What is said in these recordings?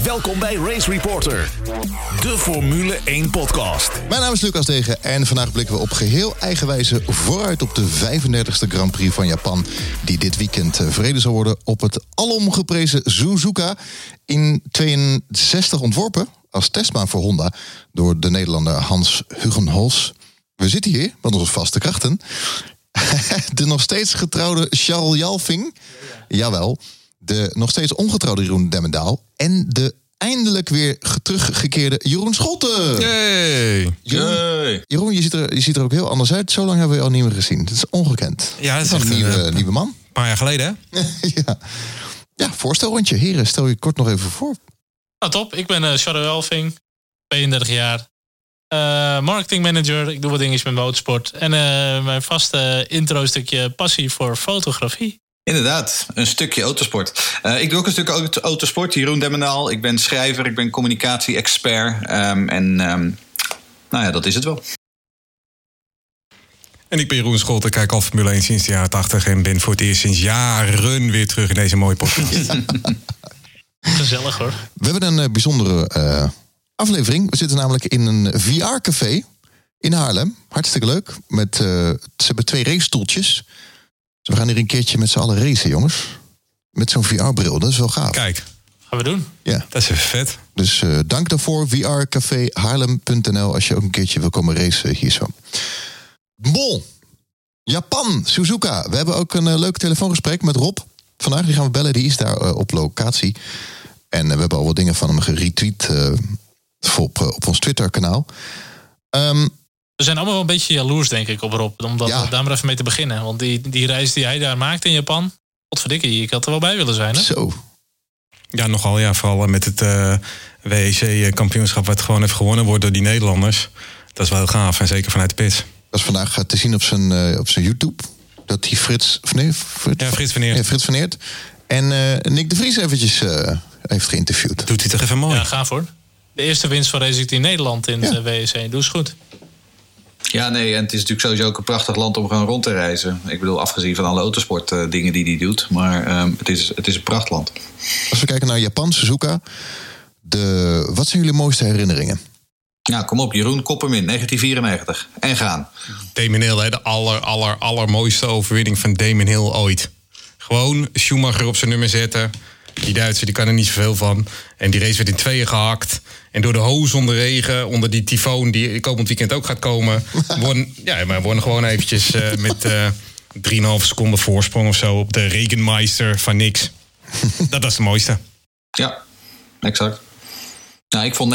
Welkom bij Race Reporter, de Formule 1 podcast. Mijn naam is Lucas Degen en vandaag blikken we op geheel eigenwijze vooruit op de 35e Grand Prix van Japan, die dit weekend verreden zal worden op het alomgeprezen Suzuka, in 62 ontworpen als testbaan voor Honda door de Nederlander Hans Hugenholz. We zitten hier met onze vaste krachten. De nog steeds getrouwde Charles Jalving. Jawel. De nog steeds ongetrouwde Jeroen Demmendaal. En de eindelijk weer teruggekeerde Jeroen Scholten. Yay. Jeroen, je ziet er ook heel anders uit. Zo lang hebben we je al niet meer gezien. Het is ongekend. Ja, dat is een nieuwe man. Een paar jaar geleden, hè? Ja, voorstelrondje. Heren, stel je kort nog even voor. Nou, top. Ik ben Charles Jalving, 32 jaar. Marketingmanager. Ik doe wat dingetjes met motorsport. En mijn vaste intro-stukje passie voor fotografie. Inderdaad, een stukje autosport. Ik doe ook een stuk autosport, Jeroen Demmendaal. Ik ben schrijver, ik ben communicatie-expert. Nou ja, dat is het wel. En ik ben Jeroen Scholten, kijk al Formule 1 sinds de jaren 80... en ben voor het eerst sinds jaren weer terug in deze mooie podcast. Gezellig, hoor. We hebben een bijzondere aflevering. We zitten namelijk in een VR-café in Haarlem. Hartstikke leuk. Ze hebben 2 racestoeltjes. Dus we gaan hier een keertje met z'n allen racen, jongens. Met zo'n VR-bril, dat is wel gaaf. Kijk. Gaan we doen. Ja. Dat is even vet. Dus dank daarvoor, vrcafehaarlem.nl, als je ook een keertje wil komen racen hier zo. Bon, Japan, Suzuka. We hebben ook een leuk telefoongesprek met Rob. Vandaag die gaan we bellen, die is daar op locatie. En we hebben al wat dingen van hem geretweet op ons Twitter-kanaal. We zijn allemaal wel een beetje jaloers, denk ik, op Rob. Om daar maar even mee te beginnen. Want die reis die hij daar maakt in Japan... Godverdikkie, ik had er wel bij willen zijn, hè? Zo. Ja, nogal. Ja, vooral met het WEC-kampioenschap... wat gewoon heeft gewonnen wordt door die Nederlanders. Dat is wel heel gaaf. En zeker vanuit de pits. Dat is vandaag te zien op zijn YouTube. Dat die Frits van Eert. En Nick de Vries eventjes heeft geïnterviewd. Doet hij toch even mooi. Ja, gaaf hoor. De eerste winst van Racing Team Nederland in de WEC. Doe eens goed. Ja, nee, en het is natuurlijk sowieso ook een prachtig land om gewoon rond te reizen. Ik bedoel, afgezien van alle autosport dingen die hij doet. Maar het is een prachtland. Als we kijken naar Japan, Suzuka. Wat zijn jullie mooiste herinneringen? Nou, kom op, Jeroen, kop hem in. 1994. En gaan. Damon Hill, hè, de allermooiste overwinning van Damon Hill ooit. Gewoon Schumacher op zijn nummer zetten. Die Duitser, die kan er niet zoveel van. En die race werd in 2 gehakt. En door de hoos onder regen, onder die tyfoon die komend weekend ook gaat komen... wonnen gewoon eventjes met 3,5 seconden voorsprong of zo... op de Regenmeister van niks. Dat was de mooiste. Ja, exact. Nou, ik vond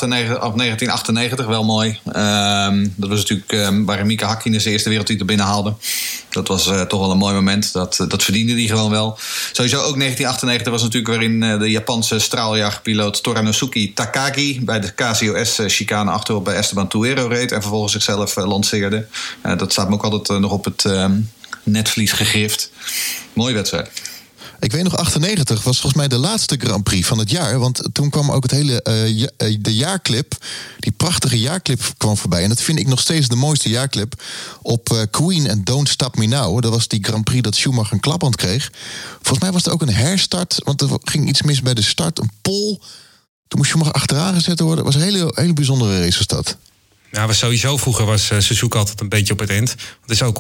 1998 wel mooi. Dat was natuurlijk waar Mika Häkkinen zijn eerste wereldtitel binnenhaalde. Dat was toch wel een mooi moment. Dat verdiende hij gewoon wel. Sowieso ook 1998 was natuurlijk waarin de Japanse straaljagerpiloot Toranosuke Takagi bij de KCOS-chicane achterop bij Esteban Tuero reed en vervolgens zichzelf lanceerde. Dat staat me ook altijd nog op het netvlies gegrift. Mooie wedstrijd. Ik weet nog, 98 was volgens mij de laatste Grand Prix van het jaar. Want toen kwam ook het hele de jaarclip. Die prachtige jaarclip kwam voorbij. En dat vind ik nog steeds de mooiste jaarclip. Op Queen en Don't Stop Me Now. Dat was die Grand Prix dat Schumacher een klapband kreeg. Volgens mij was er ook een herstart. Want er ging iets mis bij de start. Een pole. Toen moest Schumacher achteraan gezet worden. Het was een hele bijzondere race was dat. Nou, sowieso vroeger was Suzuka altijd een beetje op het end. Het is ook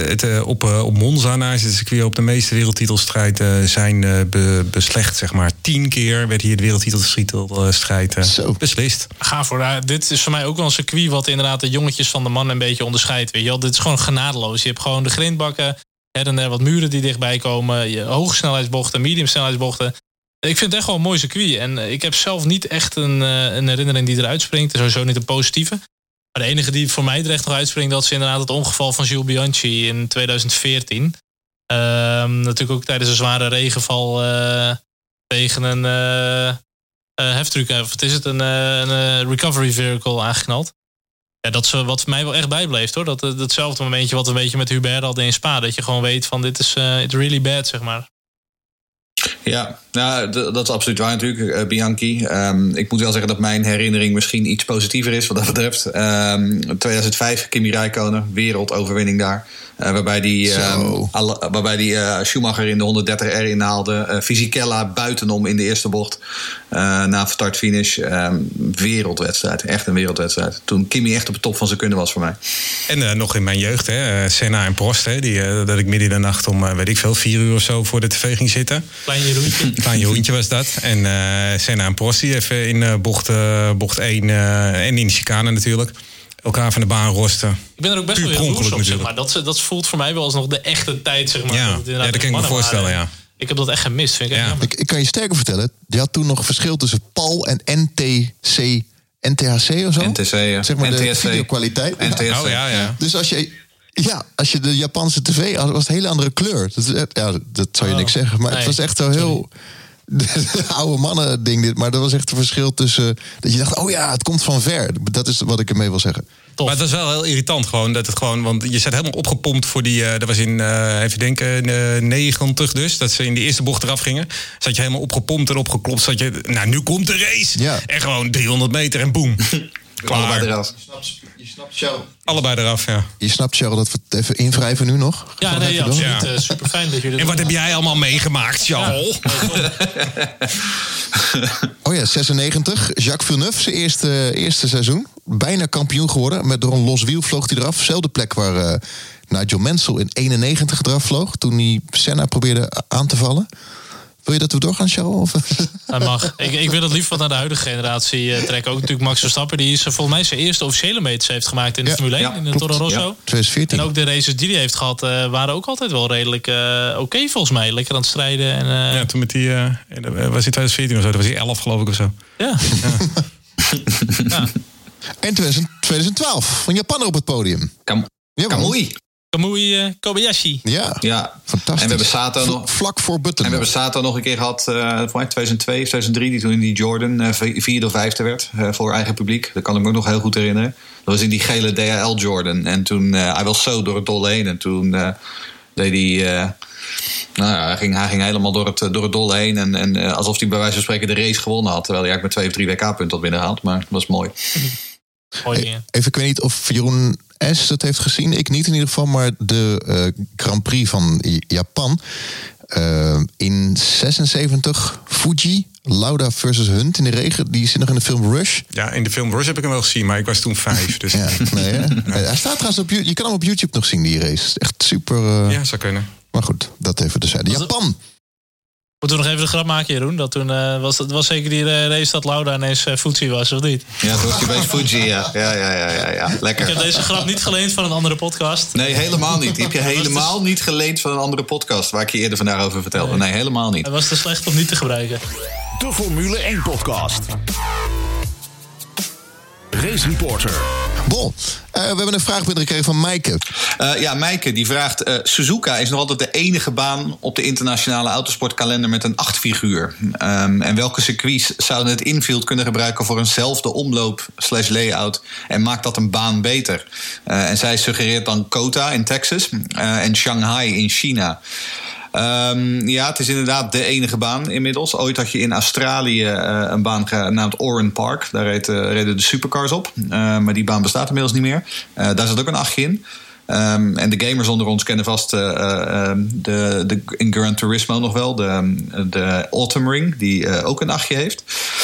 op Monza, naast het circuit, op de meeste wereldtitelstrijd zijn beslecht, zeg maar. 10 keer werd hier de wereldtitelstrijd beslist. Gaaf hoor. Dit is voor mij ook wel een circuit wat inderdaad de jongetjes van de man een beetje onderscheidt. Weet je wel? Dit is gewoon genadeloos. Je hebt gewoon de grindbakken, her en der wat muren die dichtbij komen. Je hoge snelheidsbochten, medium snelheidsbochten. Ik vind het echt wel een mooi circuit. En ik heb zelf niet echt een herinnering die eruit springt. Sowieso niet een positieve. Maar de enige die voor mij er echt nog uitspringt... dat is inderdaad het ongeval van Jules Bianchi in 2014. Natuurlijk ook tijdens een zware regenval... tegen een heftruck... wat is het? Een recovery vehicle aangeknald. Ja, dat is wat voor mij wel echt bijbleef, hoor. Datzelfde momentje wat we een beetje met Hubert hadden in Spa. Dat je gewoon weet van dit is it's really bad, zeg maar. Ja, Nou, dat is absoluut waar natuurlijk, Bianchi. Ik moet wel zeggen dat mijn herinnering misschien iets positiever is wat dat betreft. 2005, Kimi Räikkönen, wereldoverwinning daar. Waarbij die Schumacher in de 130R inhaalde. Fisichella buitenom in de eerste bocht. Na start-finish. Wereldwedstrijd, echt een wereldwedstrijd. Toen Kimi echt op de top van zijn kunnen was voor mij. En nog in mijn jeugd, Senna en Prost. Dat ik midden in de nacht om, 4 uur of zo voor de tv ging zitten. Klein Jeroentje was dat. En Senna en Prost die even in bocht 1 en in de chicane natuurlijk elkaar van de baan rosten. Ik ben er ook best wel jaloers op, zeg maar. Dat voelt voor mij wel alsnog de echte tijd, zeg maar. Ja, dat kan ik me voorstellen, ja. Ik heb dat echt gemist, vind ik. Ja. Ik kan je sterker vertellen, je had toen nog verschil tussen PAL en NTHC of zo. NTC, ja. Zeg maar NTSC. de videokwaliteit. NTSC. Oh, ja. Dus als je de Japanse tv had, was het een hele andere kleur. Dat zou je niks zeggen. Maar het was echt zo heel oude mannen ding dit. Maar er was echt een verschil tussen dat je dacht, oh ja, het komt van ver. Dat is wat ik ermee wil zeggen. Tof. Maar het was wel heel irritant gewoon. Want je zat helemaal opgepompt voor die... dat was in, even denken, 90 dus. Dat ze in de eerste bocht eraf gingen. Zat je helemaal opgepompt en opgeklopt. Zat je, nu komt de race. Ja. En gewoon 300 meter en boem. Allebei eraf. Je snapt, Charles. Allebei eraf, ja. Je snapt, Charles, dat we het even invrijven nu nog? Ja, nee, absoluut. Ja. Super fijn dat jullie. En wat heb jij allemaal meegemaakt, Charles? Oh ja, 96. Jacques Villeneuve, zijn eerste seizoen. Bijna kampioen geworden. Met door een los wiel vloog hij eraf. Zelfde plek waar Nigel Mansell in 91 eraf vloog. Toen hij Senna probeerde aan te vallen. Wil je dat we doorgaan, Charles? Dat mag. Ik wil het liefst wat naar de huidige generatie trekken. Ook natuurlijk Max Verstappen, die is volgens mij zijn eerste officiële meters heeft gemaakt in de Formule 1, in de Toro Rosso. Ja, 2014. En ook de races die hij heeft gehad, waren ook altijd wel redelijk oké, volgens mij. Lekker aan het strijden. En, ja, toen met die, was hij 2014 of zo, dat was hij 11 geloof ik of zo. Ja. Ja. En 2012, van Japan op het podium. Kamui. Kobayashi. Ja, fantastisch. En we hebben Sato nog vlak voor Button. En we hebben Sato nog een keer gehad, voor mij 2002, 2003, die toen in die Jordan 4e of 5e werd voor eigen publiek. Dat kan ik me ook nog heel goed herinneren. Dat was in die gele DHL Jordan. En toen, hij was zo door het dolle heen. En toen deed hij... hij ging helemaal door het dolle heen. En alsof hij bij wijze van spreken de race gewonnen had. Terwijl hij eigenlijk met 2 of 3 WK-punten had binnengehaald. Maar dat was mooi. Even, ik weet niet of Jeroen S. het heeft gezien. Ik niet in ieder geval. Maar de Grand Prix van Japan. In 76, Fuji, Lauda versus Hunt in de regen. Die zit nog in de film Rush. Ja, in de film Rush heb ik hem wel gezien. Maar ik was toen 5. Dus. Ja, nee, hij staat trouwens op YouTube. Je kan hem op YouTube nog zien, die race. Echt super... Ja, zou kunnen. Maar goed, dat even terzijde. Japan. Moeten we nog even de grap maken, Jeroen? Dat toen was zeker die race dat Lauda ineens Fuji was, of niet? Ja, toen was hij bij Fuji, ja. Ja. Lekker. Ik heb deze grap niet geleend van een andere podcast. Nee, helemaal niet. Die heb je helemaal niet geleend van een andere podcast... waar ik je eerder vandaag over vertelde. Nee, helemaal niet. Hij was te slecht om niet te gebruiken. De Formule 1 podcast. Race Reporter. Bon, we hebben een vraag binnengekregen van Maaike. Maaike die vraagt... Suzuka is nog altijd de enige baan op de internationale autosportkalender met een 8-figuur. En welke circuits zouden het infield kunnen gebruiken voor eenzelfde omloop/layout en maakt dat een baan beter? En zij suggereert dan Kota in Texas en Shanghai in China. Het is inderdaad de enige baan inmiddels. Ooit had je in Australië een baan genaamd Oran Park. Daar reden de supercars op. Maar die baan bestaat inmiddels niet meer. Daar zat ook een 8 in. En de gamers onder ons kennen vast in Gran Turismo nog wel. De Autumn Ring, die ook een 8 heeft.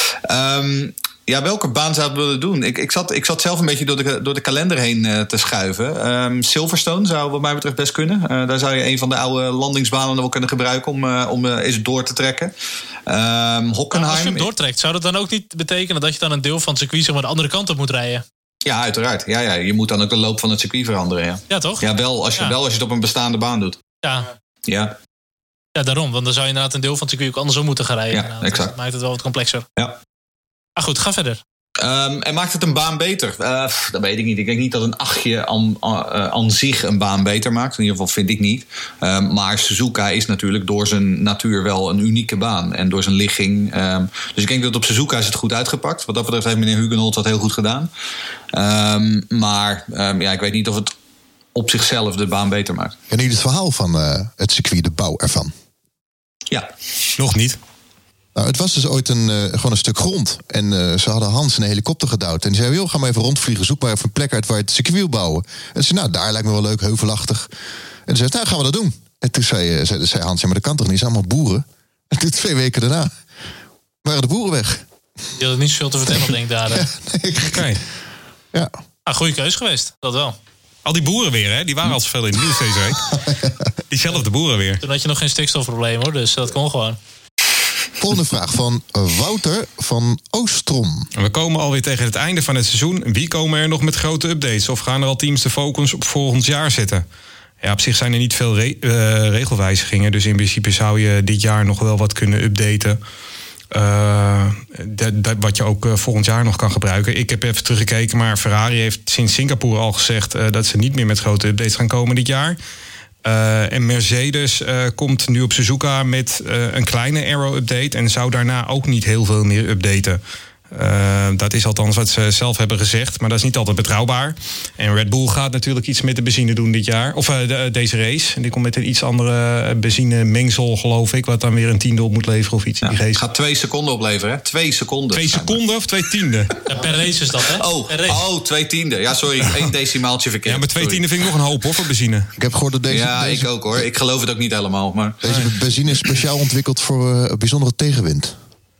Welke baan zouden we willen doen? Ik zat zelf een beetje door de kalender heen te schuiven. Silverstone zou wat mij betreft best kunnen. Daar zou je een van de oude landingsbanen wel kunnen gebruiken om eens door te trekken. Hockenheim. Als je hem doortrekt, zou dat dan ook niet betekenen dat je dan een deel van het circuit zeg maar de andere kant op moet rijden? Ja, uiteraard. Ja, je moet dan ook de loop van het circuit veranderen. Ja, ja toch? Ja, wel als je het op een bestaande baan doet. Ja, daarom. Want dan zou je inderdaad een deel van het circuit ook andersom moeten gaan rijden. Ja, exact. Dus dat maakt het wel wat complexer. Ja. Ah, goed, ga verder. En maakt het een baan beter? Dat weet ik niet. Ik denk niet dat een 8 aan zich een baan beter maakt. In ieder geval vind ik niet. Maar Suzuka is natuurlijk door zijn natuur wel een unieke baan. En door zijn ligging. Dus ik denk dat op Suzuka is het goed uitgepakt. Wat dat betreft heeft meneer Hugenholtz dat heel goed gedaan. Ik weet niet of het op zichzelf de baan beter maakt. En niet het verhaal van het circuit, de bouw ervan? Ja. Nog niet. Nou, het was dus ooit gewoon een stuk grond. En ze hadden Hans in een helikopter gedouwd. En die zei, joh, ga maar even rondvliegen. Zoek maar even een plek uit waar je het circuit wil bouwen. En ze zei, nou, daar lijkt me wel leuk, heuvelachtig. En ze zei, nou, gaan we dat doen. En toen zei Hans, ja, maar dat kan toch niet? Het zijn allemaal boeren. En toen 2 weken daarna waren de boeren weg. Je had het niet zoveel te vertellen, denk ik daar. Oké. Ja. Goede keus geweest, dat wel. Al die boeren weer, hè? Die waren al zoveel in het nieuws deze week. Diezelfde boeren weer. Toen had je nog geen stikstofprobleem, hoor. Dus dat kon gewoon. Volgende vraag van Wouter van Oostrom. We komen alweer tegen het einde van het seizoen. Wie komen er nog met grote updates? Of gaan er al teams de focus op volgend jaar zetten? Ja, op zich zijn er niet veel regelwijzigingen. Dus in principe zou je dit jaar nog wel wat kunnen updaten. Wat je ook volgend jaar nog kan gebruiken. Ik heb even teruggekeken, maar Ferrari heeft sinds Singapore al gezegd dat ze niet meer met grote updates gaan komen dit jaar. En Mercedes komt nu op Suzuka met een kleine aero-update en zou daarna ook niet heel veel meer updaten. Dat is althans wat ze zelf hebben gezegd, maar dat is niet altijd betrouwbaar. En Red Bull gaat natuurlijk iets met de benzine doen dit jaar. Of deze race. En die komt met een iets andere benzine-mengsel, geloof ik, wat dan weer een 10e op moet leveren of iets in die geest. Het gaat 2 seconden opleveren, hè? 2 seconden. 2 seconden of 2 tienden? Ja, per race is dat, hè? Oh, 2 tienden. Ja, sorry, 1 decimaaltje verkeerd. Ja, maar 2 tienden vind ik nog een hoop, hoor, voor benzine. Ik heb gehoord dat deze... Ik ook, hoor. Ik geloof het ook niet helemaal. Maar... Deze benzine is speciaal ontwikkeld voor bijzondere tegenwind.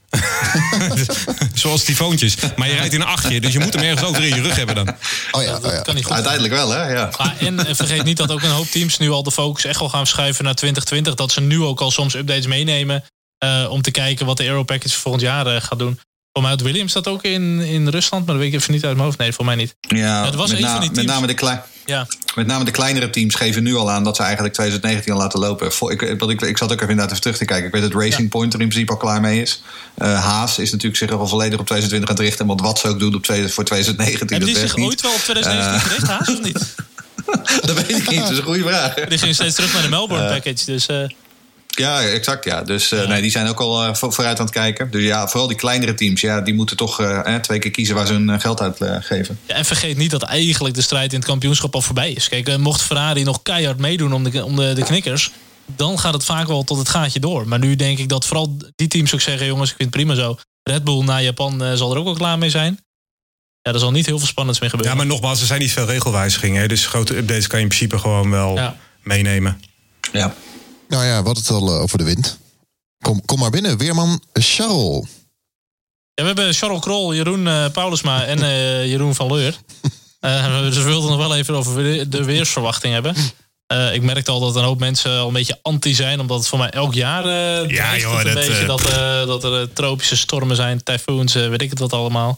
Zoals tyfoontjes. Maar je rijdt in een 8, dus je moet hem ergens ook weer in je rug hebben dan. Dat kan niet goed. Uiteindelijk wel, hè? Ja. En vergeet niet dat ook een hoop teams nu al de focus echt wel gaan verschuiven naar 2020. Dat ze nu ook al soms updates meenemen om te kijken wat de Aero Package volgend jaar gaat doen. Voor mij had Williams dat ook in Rusland, maar dat weet ik even niet uit mijn hoofd. Nee, voor mij niet. Ja, dat was een van die teams. Met name de kleinere teams geven nu al aan dat ze eigenlijk 2019 al laten lopen. Ik zat ook even inderdaad even terug te kijken. Ik weet dat Racing Point er in principe al klaar mee is. Haas is natuurlijk zich al volledig op 2020 aan het richten. Want wat ze ook doen voor 2019. Hebben die zich ooit wel op 2019 gericht, Haas, of niet? Dat weet ik niet, dat is een goede vraag. Die ging steeds terug naar de Melbourne Package, dus... Ja, exact. Ja. Dus nee, die zijn ook al vooruit aan het kijken. Dus ja, vooral die kleinere teams, die moeten toch 2 keer kiezen waar ze hun geld uit geven. Ja, en vergeet niet dat eigenlijk de strijd in het kampioenschap al voorbij is. Kijk, mocht Ferrari nog keihard meedoen om de knikkers, dan gaat het vaak wel tot het gaatje door. Maar nu denk ik dat vooral die teams ook zeggen, jongens, ik vind het prima zo. Red Bull na Japan zal er ook wel klaar mee zijn. Ja, er zal niet heel veel spannends mee gebeuren. Ja, maar nogmaals, er zijn niet veel regelwijzigingen. Hè? Dus grote updates kan je in principe gewoon wel meenemen. Ja. Nou ja, we hadden het al over de wind. Kom maar binnen, weerman Charles. Ja, we hebben Charles Krol, Jeroen Paulusma en Jeroen van Leur. Dus we wilden nog wel even over de weersverwachting hebben. Ik merkte al dat een hoop mensen al een beetje anti zijn, omdat het voor mij elk jaar dat er tropische stormen zijn, tyfoons, weet ik het wat allemaal.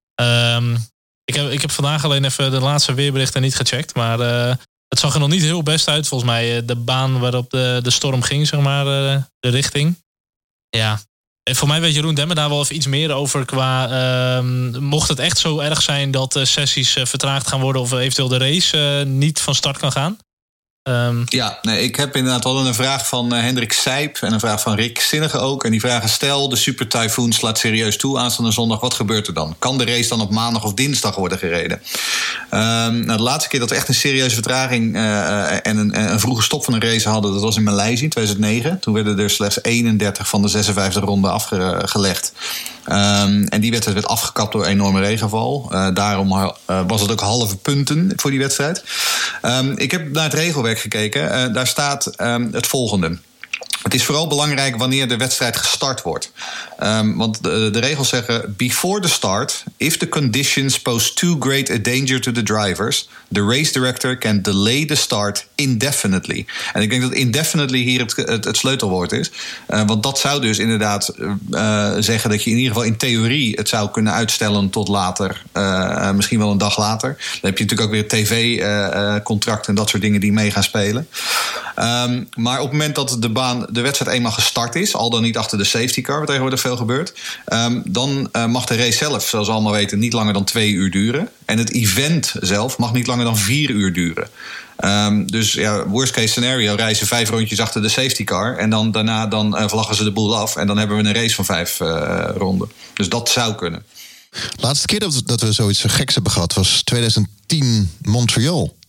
Ik heb vandaag alleen even de laatste weerberichten niet gecheckt, maar het zag er nog niet heel best uit, volgens mij. De baan waarop de storm ging, zeg maar, de richting. Ja. En voor mij weet Jeroen Demmer daar wel even iets meer over qua... mocht het echt zo erg zijn dat sessies vertraagd gaan worden of eventueel de race niet van start kan gaan. Ik heb inderdaad wel een vraag van Hendrik Sijp en een vraag van Rick Zinnige ook. En die vragen: stel, de Super Typhoon slaat serieus toe aanstaande zondag. Wat gebeurt er dan? Kan de race dan op maandag of dinsdag worden gereden? De laatste keer dat we echt een serieuze vertraging en een vroege stop van een race hadden, dat was in Maleisië in 2009. Toen werden er slechts 31 van de 56 ronden afgelegd. En die wedstrijd werd afgekapt door enorme regenval. Daarom was het ook halve punten voor die wedstrijd. Ik heb naar het regelwerk gekeken. Daar staat het volgende. Het is vooral belangrijk wanneer de wedstrijd gestart wordt. Want de regels zeggen: before the start, if the conditions pose too great a danger to the drivers, the race director can delay the start indefinitely. En ik denk dat indefinitely hier het sleutelwoord is. Want dat zou dus inderdaad zeggen dat je in ieder geval in theorie het zou kunnen uitstellen tot later. Misschien wel een dag later. Dan heb je natuurlijk ook weer tv-contracten en dat soort dingen die mee gaan spelen. Maar op het moment dat de wedstrijd eenmaal gestart is, al dan niet achter de safety car, wat tegenwoordig veel gebeurt, dan mag de race zelf, zoals we allemaal weten, niet langer dan 2 uur duren. En het event zelf mag niet langer dan 4 uur duren. Dus ja, worst case scenario, reizen 5 rondjes achter de safety car en dan daarna vlaggen ze de boel af en dan hebben we een race van 5 ronden. Dus dat zou kunnen. Laatste keer dat we zoiets geks hebben gehad was 2010 Montreal.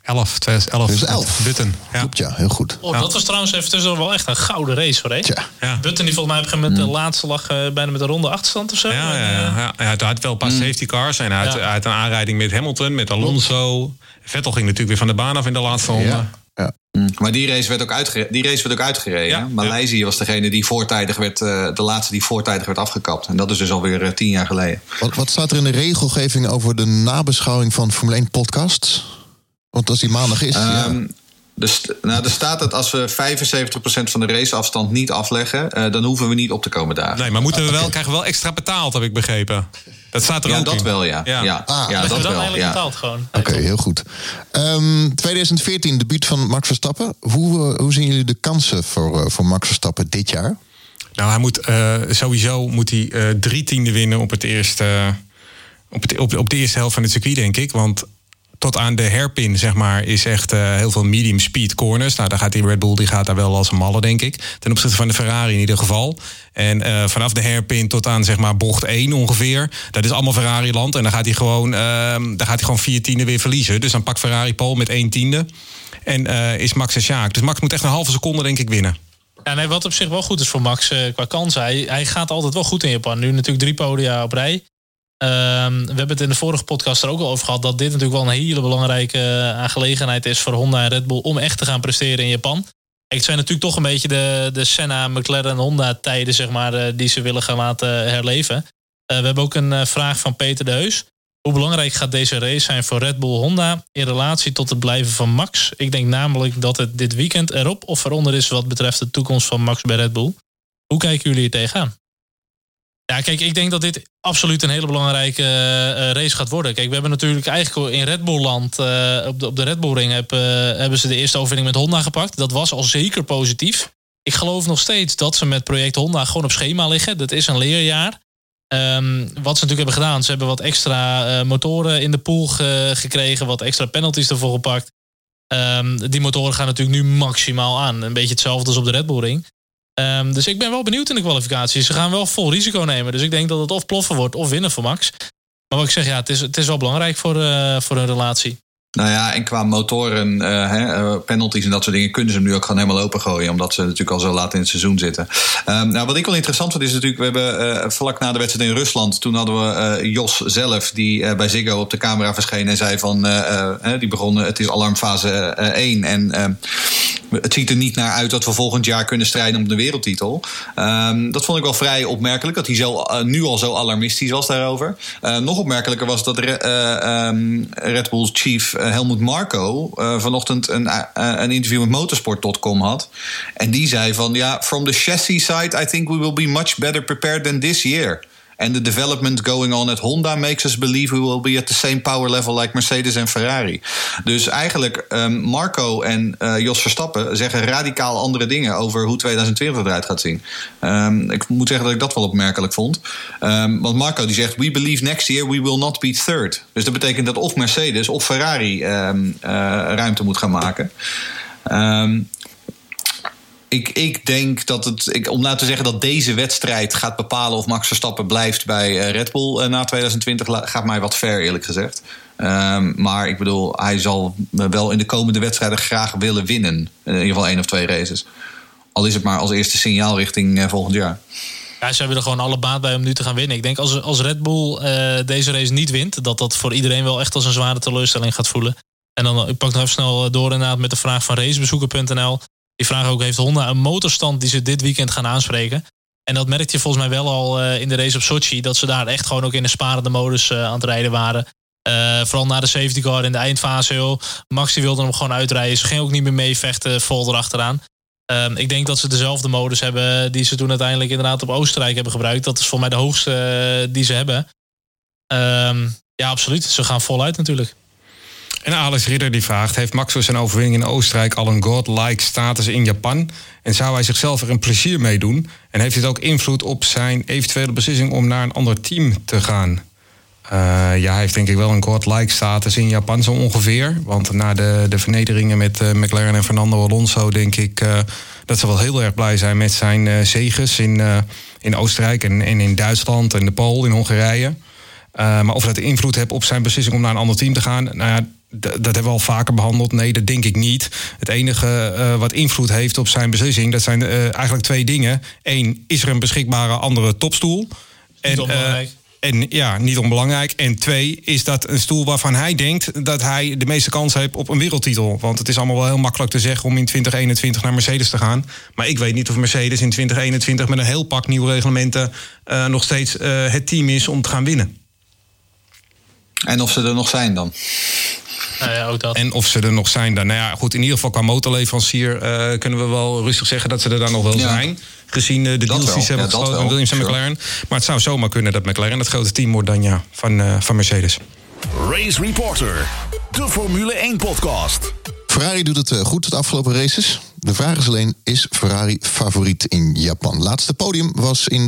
2011. Button. Ja. Klopt, ja, heel goed. Dat was trouwens even tussendoor wel echt een gouden race, hoor. Ja. Button die volgens mij op een gegeven moment de laatste lag bijna met een ronde achterstand of zo. Ja. Hij had wel een paar safety cars. En hij had een aanrijding met Hamilton, met Alonso. Vettel ging natuurlijk weer van de baan af in de laatste ronde. Ja. Maar die race werd ook uitgereden. Ja. Maleisië was degene die voortijdig werd, de laatste die voortijdig werd afgekapt. En dat is dus alweer 10 jaar geleden. Wat staat er in de regelgeving over de nabeschouwing van Formule 1 podcasts? Want als die maandag is... Er staat dat als we 75% van de raceafstand niet afleggen, dan hoeven we niet op te komen dagen. Nee, maar krijgen we wel extra betaald, heb ik begrepen. Dat staat er ook in. Dat wel, ja. Dat wel eigenlijk betaald gewoon. Oké, heel goed. 2014, debuut van Max Verstappen. Hoe zien jullie de kansen voor Max Verstappen dit jaar? Nou, hij moet sowieso 3 tienden winnen op het eerste, op de eerste helft van het circuit, denk ik. Want tot aan de hairpin, zeg maar, is echt heel veel medium speed corners. Nou, daar gaat die Red Bull daar wel als een malle, denk ik. Ten opzichte van de Ferrari in ieder geval. En vanaf de hairpin tot aan, zeg maar, bocht 1 ongeveer. Dat is allemaal Ferrari-land. En dan gaat hij gewoon 4 tienden weer verliezen. Dus dan pakt Ferrari pole met 1 tiende. En is Max en Sjaak. Dus Max moet echt een halve seconde, denk ik, winnen. Ja, nee, wat op zich wel goed is voor Max qua kansen. Hij gaat altijd wel goed in Japan. Nu natuurlijk 3 podia op rij. We hebben het in de vorige podcast er ook al over gehad dat dit natuurlijk wel een hele belangrijke aangelegenheid is voor Honda en Red Bull om echt te gaan presteren in Japan. Het zijn natuurlijk toch een beetje de Senna, McLaren, Honda tijden, zeg maar, die ze willen gaan laten herleven. We hebben ook een vraag van Peter de Heus. Hoe belangrijk gaat deze race zijn voor Red Bull Honda in relatie tot het blijven van Max? Ik denk namelijk dat het dit weekend erop of eronder is wat betreft de toekomst van Max bij Red Bull. Hoe kijken jullie er tegenaan? Ja, kijk, ik denk dat dit absoluut een hele belangrijke race gaat worden. Kijk, we hebben natuurlijk eigenlijk in Red Bull-land, op de Red Bull Ring, hebben ze de eerste overwinning met Honda gepakt. Dat was al zeker positief. Ik geloof nog steeds dat ze met project Honda gewoon op schema liggen. Dat is een leerjaar. Wat ze natuurlijk hebben gedaan, ze hebben wat extra motoren in de pool gekregen, wat extra penalties ervoor gepakt. Die motoren gaan natuurlijk nu maximaal aan. Een beetje hetzelfde als op de Red Bull Ring. Dus ik ben wel benieuwd in de kwalificatie. Ze gaan wel vol risico nemen. Dus ik denk dat het of ploffen wordt of winnen voor Max. Maar wat ik zeg, ja, het is wel belangrijk voor een relatie. Nou ja, en qua motoren, penalties en dat soort dingen kunnen ze hem nu ook gewoon helemaal opengooien. Omdat ze natuurlijk al zo laat in het seizoen zitten. Nou, wat ik wel interessant vind is natuurlijk, we hebben vlak na de wedstrijd in Rusland, toen hadden we Jos zelf, die bij Ziggo op de camera verscheen en zei van, die begon, het is alarmfase 1 en het ziet er niet naar uit dat we volgend jaar kunnen strijden om de wereldtitel. Dat vond ik wel vrij opmerkelijk, dat hij nu al zo alarmistisch was daarover. Nog opmerkelijker was dat Red Bull's chief Helmut Marko vanochtend een interview met motorsport.com had. En die zei van, ja, from the chassis side, I think we will be much better prepared than this year. And the development going on at Honda makes us believe we will be at the same power level like Mercedes en Ferrari. Dus eigenlijk Marko en Jos Verstappen zeggen radicaal andere dingen over hoe 2020 eruit gaat zien. Ik moet zeggen dat ik dat wel opmerkelijk vond. Want Marko die zegt, we believe next year we will not be third. Dus dat betekent dat of Mercedes of Ferrari ruimte moet gaan maken. Ik denk dat om nou te zeggen dat deze wedstrijd gaat bepalen of Max Verstappen blijft bij Red Bull na 2020, gaat mij wat ver, eerlijk gezegd. Maar ik bedoel, hij zal wel in de komende wedstrijden graag willen winnen. In ieder geval 1 of 2 races. Al is het maar als eerste signaal richting volgend jaar. Ja, ze hebben er gewoon alle baat bij om nu te gaan winnen. Ik denk als Red Bull deze race niet wint, dat voor iedereen wel echt als een zware teleurstelling gaat voelen. En dan, ik pak nog even snel door inderdaad met de vraag van racebezoeker.nl. Die vragen ook, heeft Honda een motorstand die ze dit weekend gaan aanspreken? En dat merkte je volgens mij wel al in de race op Sochi, dat ze daar echt gewoon ook in een sparende modus aan het rijden waren. Vooral na de safety car in de eindfase. Joh. Max die wilde hem gewoon uitrijden. Ze ging ook niet meer meevechten vol erachteraan. Ik denk dat ze dezelfde modus hebben die ze toen uiteindelijk inderdaad op Oostenrijk hebben gebruikt. Dat is volgens mij de hoogste die ze hebben. Ja, absoluut. Ze gaan voluit natuurlijk. En Alex Ridder die vraagt, heeft Max door zijn overwinning in Oostenrijk al een godlike status in Japan? En zou hij zichzelf er een plezier mee doen? En heeft dit ook invloed op zijn eventuele beslissing om naar een ander team te gaan? Ja, hij heeft denk ik wel een godlike status in Japan zo ongeveer. Want na de vernederingen met McLaren en Fernando Alonso denk ik dat ze wel heel erg blij zijn met zijn zeges in Oostenrijk en in Duitsland en de Pool in Hongarije. Maar of dat invloed heeft op zijn beslissing om naar een ander team te gaan, nou ja, dat hebben we al vaker behandeld. Nee, dat denk ik niet. Het enige wat invloed heeft op zijn beslissing, dat zijn eigenlijk 2 dingen. 1, is er een beschikbare andere topstoel? En ja, niet onbelangrijk. En 2, is dat een stoel waarvan hij denkt dat hij de meeste kans heeft op een wereldtitel. Want het is allemaal wel heel makkelijk te zeggen om in 2021 naar Mercedes te gaan. Maar ik weet niet of Mercedes in 2021 met een heel pak nieuwe reglementen nog steeds het team is om te gaan winnen. En of ze er nog zijn dan? Ja, ook dat. En of ze er nog zijn dan. Nou ja, goed, in ieder geval qua motorleverancier kunnen we wel rustig zeggen dat ze er dan nog wel zijn. Gezien de deals die ze hebben gesloten van Williams en McLaren. Maar het zou zomaar kunnen dat McLaren het grote team wordt dan van Mercedes. Race Reporter, de Formule 1 podcast. Ferrari doet het goed de afgelopen races. De vraag is alleen, is Ferrari favoriet in Japan? Laatste podium was in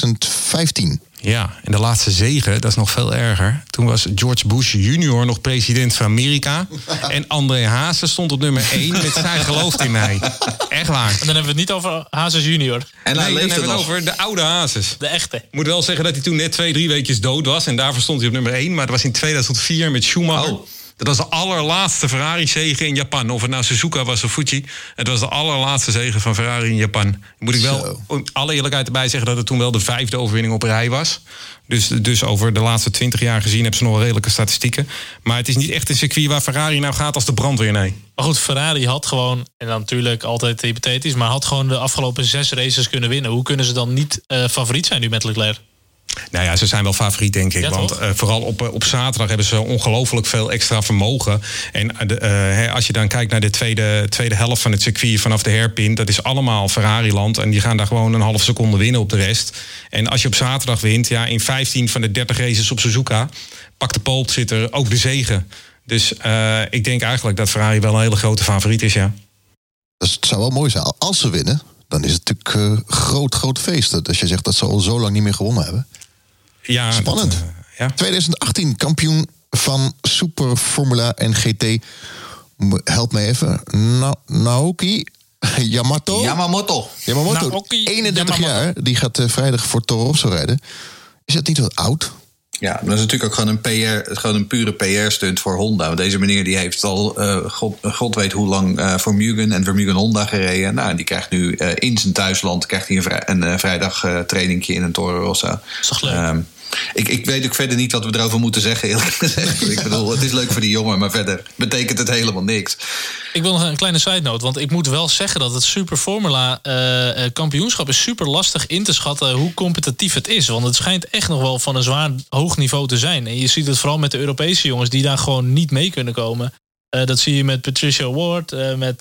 2015. Ja, en de laatste zege, dat is nog veel erger. Toen was George Bush junior nog president van Amerika. En André Hazes stond op nummer 1 met zijn geloof in mij. Echt waar. En dan hebben we het niet over Hazes junior. En dan hebben we het over de oude Hazes. De echte. Ik moet wel zeggen dat hij toen net 2-3 weekjes dood was. En daarvoor stond hij op nummer 1. Maar dat was in 2004 met Schumacher. Oh. Dat was de allerlaatste Ferrari-zege in Japan. Of het nou Suzuka was of Fuji. Het was de allerlaatste zege van Ferrari in Japan. Moet ik wel in alle eerlijkheid erbij zeggen dat het toen wel de 5e overwinning op rij was. Dus over de laatste 20 jaar gezien hebben ze nog wel redelijke statistieken. Maar het is niet echt een circuit waar Ferrari nou gaat als de brandweer, nee. Maar goed, Ferrari had gewoon, en dan natuurlijk altijd hypothetisch, maar had gewoon de afgelopen 6 races kunnen winnen. Hoe kunnen ze dan niet favoriet zijn nu met Leclerc? Nou ja, ze zijn wel favoriet, denk ik. Ja, want vooral op zaterdag hebben ze ongelooflijk veel extra vermogen. En als je dan kijkt naar de tweede helft van het circuit vanaf de hairpin, dat is allemaal Ferrari-land. En die gaan daar gewoon een half seconde winnen op de rest. En als je op zaterdag wint, ja, in 15 van de 30 races op Suzuka, pakt de pole sitter ook de zege. Dus ik denk eigenlijk dat Ferrari wel een hele grote favoriet is, ja. Dus het zou wel mooi zijn. Als ze winnen, dan is het natuurlijk groot feest. Als je zegt dat ze al zo lang niet meer gewonnen hebben. Ja, spannend. Ja. 2018 kampioen van Super Formula en GT. Help me even. Naoki Yamamoto. Yamamoto. Naoki 31 jaar. Die gaat vrijdag voor Toro Rosso rijden. Is dat niet wat oud? Ja, dat is natuurlijk ook gewoon een pure PR-stunt voor Honda. Deze meneer die heeft al god weet hoe lang voor Mugen en Vermeugen Honda gereden. Nou, die krijgt nu in zijn thuisland een vrijdag trainingje in een Toro Rosso. Dat is toch leuk? Ik weet ook verder niet wat we erover moeten zeggen, eerlijk gezegd. Ik bedoel, het is leuk voor die jongen, maar verder betekent het helemaal niks. Ik wil nog een kleine side note, want ik moet wel zeggen dat het Super Formula kampioenschap is super lastig in te schatten hoe competitief het is. Want het schijnt echt nog wel van een zwaar hoog niveau te zijn. En je ziet het vooral met de Europese jongens die daar gewoon niet mee kunnen komen. Dat zie je met Patricia Ward, met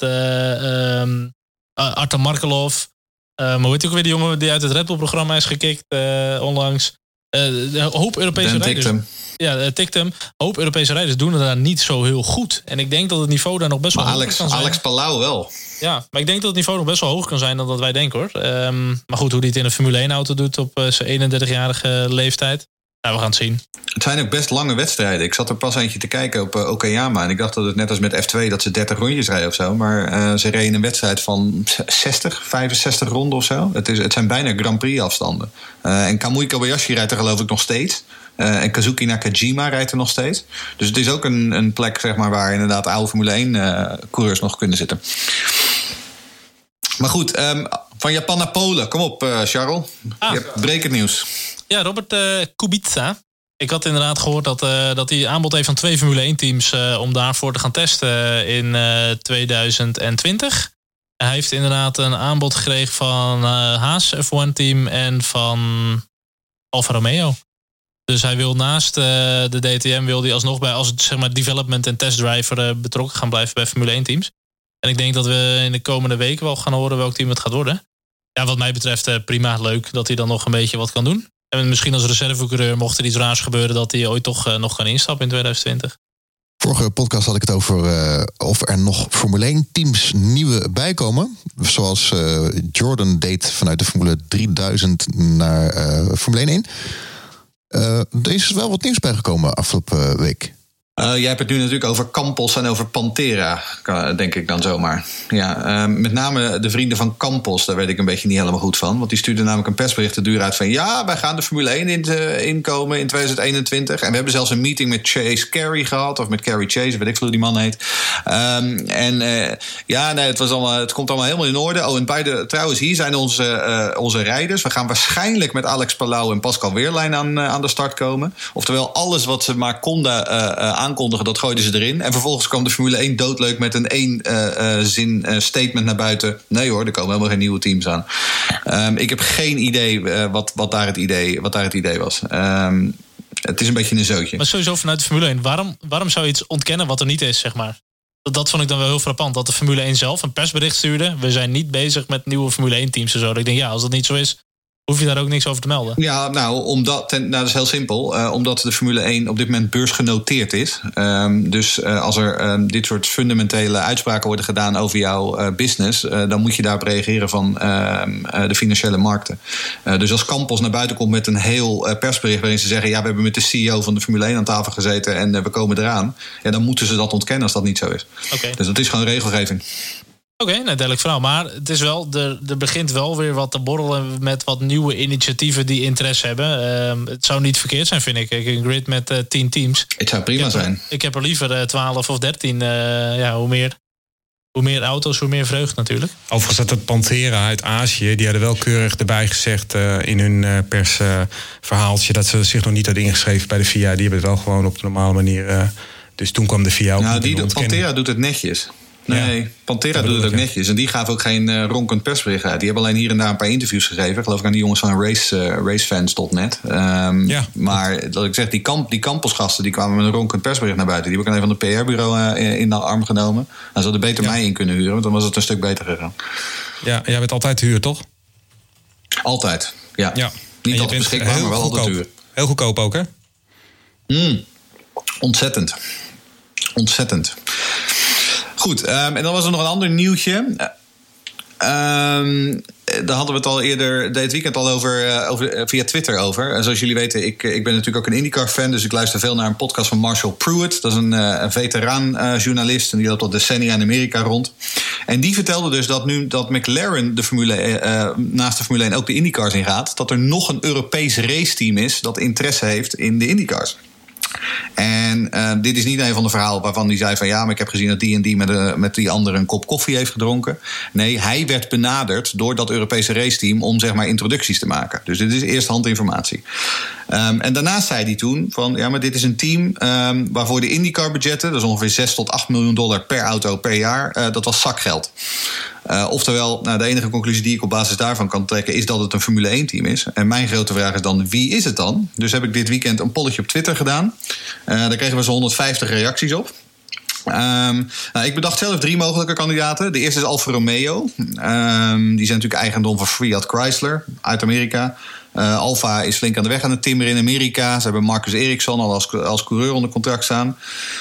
Artem Markelov. Maar hoe heet ook weer die jongen die uit het Red Bull-programma is gekikt onlangs. Een hoop Europese rijders. Een hoop Europese rijders doen het daar niet zo heel goed. En ik denk dat het niveau daar nog best wel hoog kan zijn. Alex Palau wel. Ja, maar ik denk dat het niveau nog best wel hoog kan zijn dan dat wij denken, hoor. Maar goed, hoe hij het in een Formule 1-auto doet op zijn 31-jarige leeftijd. Nou, we gaan het zien. Het zijn ook best lange wedstrijden. Ik zat er pas eentje te kijken op Okayama. En ik dacht dat het net als met F2 dat ze 30 rondjes rijden of zo. Maar ze reden een wedstrijd van 65 ronden of zo. Het zijn bijna Grand Prix afstanden. En Kamui Kobayashi rijdt er geloof ik nog steeds. En Kazuki Nakajima rijdt er nog steeds. Dus het is ook een plek zeg maar, waar inderdaad oude Formule 1 coureurs nog kunnen zitten. Maar goed, van Japan naar Polen. Kom op, Charles. Je hebt brekend nieuws. Ja, Robert Kubica. Ik had inderdaad gehoord dat hij aanbod heeft van 2 Formule 1 teams om daarvoor te gaan testen in 2020. Hij heeft inderdaad een aanbod gekregen van Haas F1 team en van Alfa Romeo. Dus hij wil naast de DTM wil hij alsnog bij als zeg maar development en testdriver betrokken gaan blijven bij Formule 1 teams. En ik denk dat we in de komende weken wel gaan horen welk team het gaat worden. Ja, wat mij betreft prima, leuk dat hij dan nog een beetje wat kan doen. En misschien als reservecoureur mocht er iets raars gebeuren dat hij ooit toch nog kan instappen in 2020. Vorige podcast had ik het over of er nog Formule 1 teams nieuwe bijkomen. Zoals Jordan deed vanuit de Formule 3000 naar Formule 1. Er is wel wat nieuws bijgekomen afgelopen week. Jij hebt het nu natuurlijk over Campos en over Pantera, denk ik dan zomaar. Ja, met name de vrienden van Campos, daar weet ik een beetje niet helemaal goed van. Want die stuurden namelijk een persbericht de deur uit van... ja, wij gaan de Formule 1 inkomen in 2021. En we hebben zelfs een meeting met Chase Carey gehad. Of met Carey Chase, weet ik veel hoe die man heet. Het komt allemaal helemaal in orde. Oh, en trouwens, hier zijn onze rijders. We gaan waarschijnlijk met Alex Palau en Pascal Wehrlein aan de start komen. Oftewel, alles wat ze maar konden aankondigen, dat gooiden ze erin. En vervolgens kwam de Formule 1 doodleuk met een zin statement naar buiten. Nee hoor, er komen helemaal geen nieuwe teams aan. Ik heb geen idee wat daar het idee was. Het is een beetje een zootje. Maar sowieso vanuit de Formule 1, waarom zou je iets ontkennen wat er niet is, zeg maar? Dat vond ik dan wel heel frappant. Dat de Formule 1 zelf een persbericht stuurde. We zijn niet bezig met nieuwe Formule 1 teams en zo. Dat ik denk, ja, als dat niet zo is, hoef je daar ook niks over te melden. Ja, dat is heel simpel. Omdat de Formule 1 op dit moment beursgenoteerd is. Dus als er dit soort fundamentele uitspraken worden gedaan over jouw business, dan moet je daarop reageren van de financiële markten. Dus als Campos naar buiten komt met een heel persbericht waarin ze zeggen, ja, we hebben met de CEO van de Formule 1 aan tafel gezeten en we komen eraan. Ja, dan moeten ze dat ontkennen als dat niet zo is. Okay. Dus dat is gewoon regelgeving. Oké, duidelijk verhaal. Maar het is wel, er begint wel weer wat te borrelen met wat nieuwe initiatieven die interesse hebben. Het zou niet verkeerd zijn, vind ik. Een grid met 10 teams. Het zou prima zijn. Ik heb er liever 12 of 13. Hoe meer auto's, hoe meer vreugd natuurlijk. Overigens had het Pantera uit Azië, die hadden wel keurig erbij gezegd in hun persverhaaltje dat ze zich nog niet hadden ingeschreven bij de FIA. Die hebben het wel gewoon op de normale manier. Dus toen kwam de FIA ook. Nou, Pantera doet het netjes. Nee, ja. Pantera doet het ook netjes. En die gaven ook geen ronkend persbericht uit. Die hebben alleen hier en daar een paar interviews gegeven. Geloof ik aan die jongens van racefans.net. Maar dat ik zeg, die Campos-gasten die kwamen met een ronkend persbericht naar buiten. Die heb ik alleen van de PR-bureau in de arm genomen. Dan zouden beter mij in kunnen huren, want dan was het een stuk beter gegaan. Ja, jij bent altijd te huur, toch? Altijd, ja. Niet altijd beschikbaar, maar wel goedkoop. altijd huur. Heel goedkoop ook, hè? Ontzettend. Goed, en dan was er nog een ander nieuwtje. Daar hadden we het al eerder dit weekend al over via Twitter over. En zoals jullie weten, ik ben natuurlijk ook een IndyCar-fan, dus ik luister veel naar een podcast van Marshall Pruitt. Dat is een veteraan-journalist en die loopt al decennia in Amerika rond. En die vertelde dus dat nu dat McLaren naast de Formule 1 ook de IndyCars ingaat, dat er nog een Europees raceteam is dat interesse heeft in de IndyCars. En dit is niet een van de verhalen waarvan hij zei van ja, maar ik heb gezien dat die en die met die andere een kop koffie heeft gedronken. Nee, hij werd benaderd door dat Europese raceteam om zeg maar introducties te maken. Dus dit is eerstehand informatie. En daarnaast zei hij toen van ja, maar dit is een team waarvoor de IndyCar budgetten, dat is ongeveer 6 tot 8 miljoen dollar per auto per jaar, dat was zakgeld. Oftewel, de enige conclusie die ik op basis daarvan kan trekken is dat het een Formule 1 team is. En mijn grote vraag is dan, wie is het dan? Dus heb ik dit weekend een polletje op Twitter gedaan. Daar kregen we zo'n 150 reacties op. Ik bedacht zelf 3 mogelijke kandidaten. De eerste is Alfa Romeo. Die zijn natuurlijk eigendom van Fiat Chrysler uit Amerika. Alfa is flink aan de weg aan het timmeren in Amerika. Ze hebben Marcus Ericsson al als coureur onder contract staan.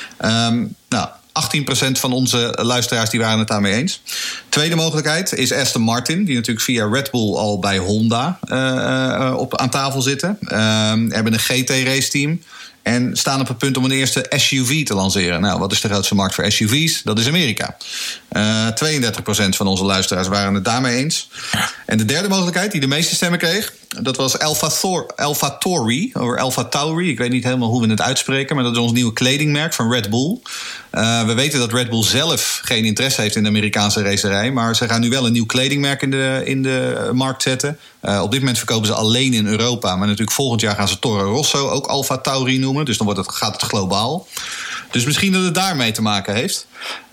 18% van onze luisteraars die waren het daarmee eens. Tweede mogelijkheid is Aston Martin, die natuurlijk via Red Bull al bij Honda aan tafel zitten. Hebben een GT-raceteam. En staan op het punt om een eerste SUV te lanceren. Nou, wat is de grootste markt voor SUV's? Dat is Amerika. 32% van onze luisteraars waren het daarmee eens. En de derde mogelijkheid, die de meeste stemmen kreeg, dat was AlphaTauri. Of AlphaTauri, ik weet niet helemaal hoe we het uitspreken, maar dat is ons nieuwe kledingmerk van Red Bull. We weten dat Red Bull zelf geen interesse heeft in de Amerikaanse racerij, maar ze gaan nu wel een nieuw kledingmerk in de markt zetten. Op dit moment verkopen ze alleen in Europa, maar natuurlijk volgend jaar gaan ze Toro Rosso ook AlphaTauri noemen, dus dan gaat het globaal. Dus misschien dat het daarmee te maken heeft.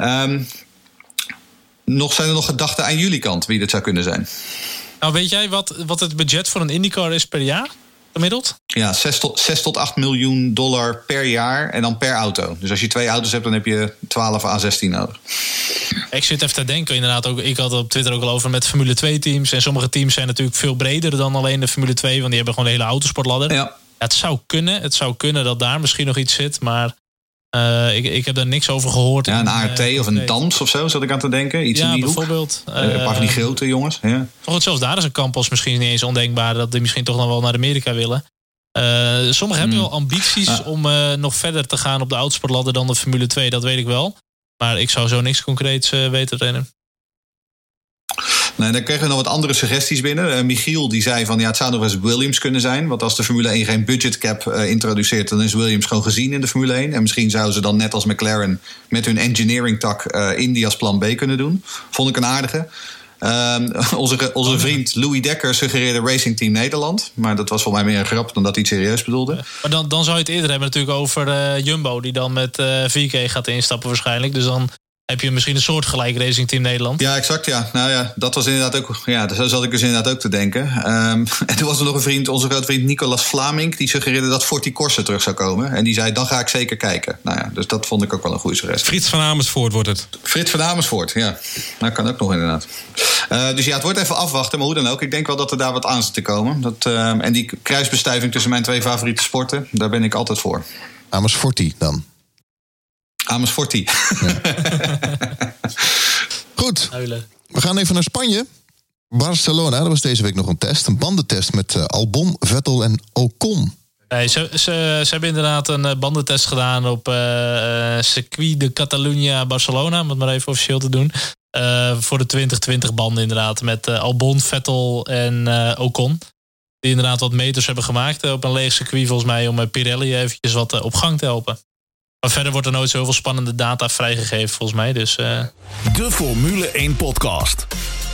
Zijn er nog gedachten aan jullie kant wie dit zou kunnen zijn? Nou, weet jij wat het budget voor een IndyCar is per jaar, gemiddeld? Ja, 6 tot 8 miljoen dollar per jaar en dan per auto. Dus als je 2 auto's hebt, dan heb je 12 à 16 nodig. Ik zit even te denken, inderdaad. Ik had het op Twitter ook al over met Formule 2 teams. En sommige teams zijn natuurlijk veel breder dan alleen de Formule 2, want die hebben gewoon een hele autosportladder. Ja. Het zou kunnen dat daar misschien nog iets zit, maar ik heb daar niks over gehoord. Ja, een ART of een Dans of zo, zat ik aan te denken. Iets in die bijvoorbeeld. Een paar van die grote jongens. Ja. Toch, zelfs daar is een Campos misschien niet eens ondenkbaar dat die misschien toch nog wel naar Amerika willen. Sommigen hebben wel ambities om nog verder te gaan op de autosportladder dan de Formule 2, dat weet ik wel. Maar ik zou zo niks concreets weten trainen. Nee, dan kregen we nog wat andere suggesties binnen. Michiel die zei van het zou nog eens Williams kunnen zijn. Want als de Formule 1 geen budgetcap introduceert, dan is Williams gewoon gezien in de Formule 1. En misschien zouden ze dan net als McLaren met hun engineering tak Indy als plan B kunnen doen. Vond ik een aardige. Onze vriend Louis Dekker suggereerde Racing Team Nederland. Maar dat was volgens mij meer een grap dan dat hij het serieus bedoelde. Maar dan zou je het eerder hebben natuurlijk over Jumbo, die dan met VK gaat instappen waarschijnlijk. Dus dan heb je misschien een soortgelijk Racing Team Nederland. Ja, exact, ja. Nou ja, dat was inderdaad ook. Ja, zo zat ik dus inderdaad ook te denken. En toen was er nog een vriend, onze grote vriend Nicolas Vlaming, die suggereerde dat Forti Corse terug zou komen. En die zei, dan ga ik zeker kijken. Nou ja, dus dat vond ik ook wel een goede suggestie. Frits van Amersfoort wordt het. Frits van Amersfoort, ja. Dat kan ook nog inderdaad. Dus ja, het wordt even afwachten, maar hoe dan ook. Ik denk wel dat er daar wat aan zit te komen. En die kruisbestuiving tussen mijn 2 favoriete sporten, daar ben ik altijd voor. Amersfoortie dan. Amersfoortie. Ja. Goed, we gaan even naar Spanje. Barcelona, dat was deze week nog een test. Een bandentest met Albon, Vettel en Ocon. Nee, ze hebben inderdaad een bandentest gedaan op Circuit de Catalunya Barcelona, om het maar even officieel te doen. Voor de 2020 banden inderdaad, met Albon, Vettel en Ocon. Die inderdaad wat meters hebben gemaakt op een leeg circuit volgens mij, om Pirelli eventjes wat op gang te helpen. Maar verder wordt er nooit zoveel spannende data vrijgegeven volgens mij. Dus, De Formule 1 podcast.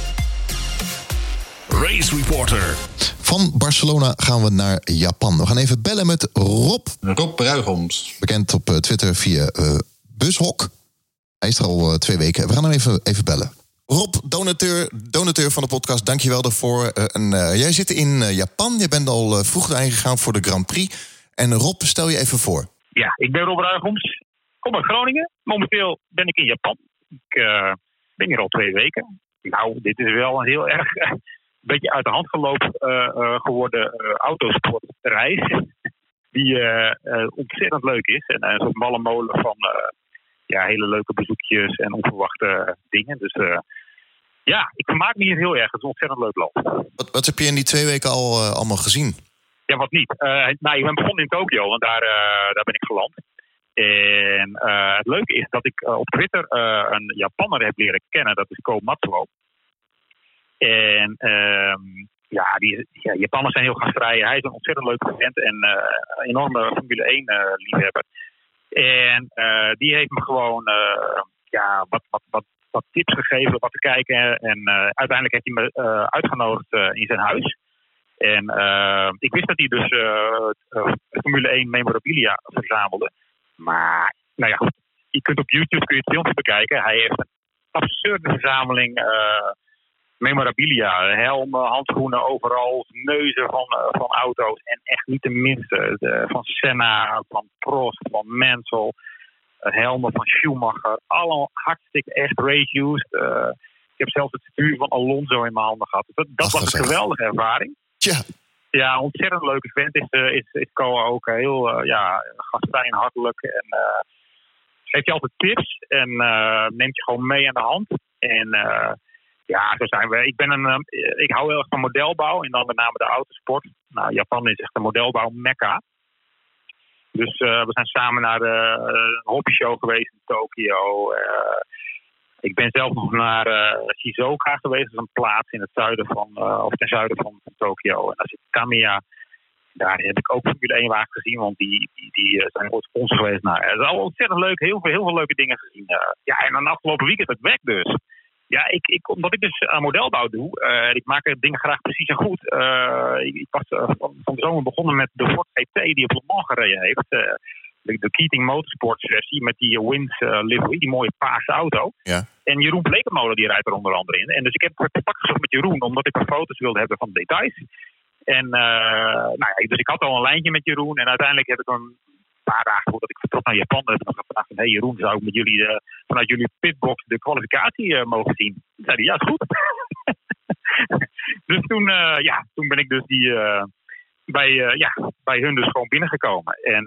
Race Reporter. Van Barcelona gaan we naar Japan. We gaan even bellen met Rob. Rob Bruigoms. Bekend op Twitter via Bushok. Hij is er al 2 weken. We gaan hem even bellen. Rob, donateur van de podcast, dankjewel daarvoor. Jij zit in Japan. Je bent al vroeg daarheen gegaan voor de Grand Prix. En Rob, stel je even voor. Ja, ik ben Rob Ruigoms. Kom uit Groningen. Momenteel ben ik in Japan. Ik ben hier al 2 weken. Nou, dit is wel een heel erg een beetje uit de hand gelopen geworden autosportreis. Die ontzettend leuk is. En een soort malle molen van hele leuke bezoekjes en onverwachte dingen. Dus ik vermaak me hier heel erg. Het is een ontzettend leuk land. Wat heb je in die 2 weken al allemaal gezien? Ja, wat niet. Ik ben begonnen in Tokio, want daar ben ik geland. En het leuke is dat ik op Twitter een Japanner heb leren kennen. Dat is Ko Matsuo. En Japanners zijn heel gastvrij. Hij is een ontzettend leuke vent en een enorme Formule 1 liefhebber. En die heeft me gewoon wat tips gegeven, wat te kijken. En uiteindelijk heeft hij me uitgenodigd in zijn huis. En ik wist dat hij dus Formule 1 memorabilia verzamelde. Maar, nou ja, goed. Je kunt op YouTube het filmpje bekijken. Hij heeft een absurde verzameling memorabilia. Helmen, handschoenen overal, neuzen van auto's. En echt niet de minste. Van Senna, van Prost, van Mansell. Helmen van Schumacher. Allemaal hartstikke echt race-used. Ik heb zelfs het stuur van Alonso in mijn handen gehad. Dus dat was een geweldige ervaring. Tja. Ja, ontzettend leuke vent is Ko ook. Heel gastvrij en hartelijk. En geeft je altijd tips. En neemt je gewoon mee aan de hand. En zo zijn we. Ik hou heel erg van modelbouw. En dan met name de autosport. Nou, Japan is echt een modelbouw mekka. Dus we zijn samen naar de hobbyshow geweest in Tokio. Ik ben zelf nog naar Shizuoka geweest. Dat is een plaats in het zuiden ten zuiden van Tokio. En daar zit Tamiya. Daar heb ik ook Formule 1 wagens gezien, want die zijn ooit sponsor geweest. Nou, het is al ontzettend leuk. Heel veel leuke dingen gezien. En dan afgelopen weekend het weg dus. Ja, omdat ik dus aan modelbouw doe, ik maak dingen graag precies en goed. Ik was van de zomer begonnen met de Ford GT die op Le Mans gereden heeft. De Keating Motorsports versie met die Wins livery, die mooie paarse auto. Ja. En Jeroen Blekemolen die rijdt er onder andere in. En dus ik heb contact gezocht met Jeroen, omdat ik er foto's wilde hebben van de details. En dus ik had al een lijntje met Jeroen. En uiteindelijk heb ik een paar dagen voordat ik vertrok naar Japan, heb ik nog gevraagd van, hey Jeroen, zou ik met jullie vanuit jullie pitbox de kwalificatie mogen zien? Toen zei hij, ja, is goed. Dus toen ben ik dus bij hun dus gewoon binnengekomen. En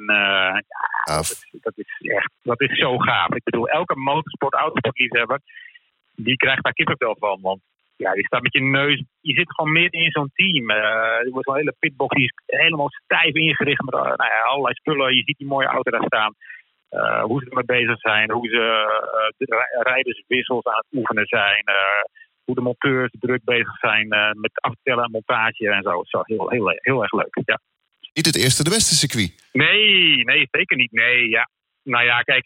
dat is zo gaaf. Ik bedoel, elke autosportliefhebber, die krijgt daar kippenvel van. Want Ja, je staat met je neus. Je zit gewoon midden in zo'n team. Er wordt zo'n hele pitbox, die is helemaal stijf ingericht met allerlei spullen. Je ziet die mooie auto daar staan. Hoe ze ermee bezig zijn. Hoe ze de rijderswissels aan het oefenen zijn. Hoe de monteurs druk bezig zijn met aftellen en montage en zo. Zo heel erg leuk. Ja. Niet het eerste de beste circuit. Nee, zeker niet. Nee, ja. Nou ja, kijk,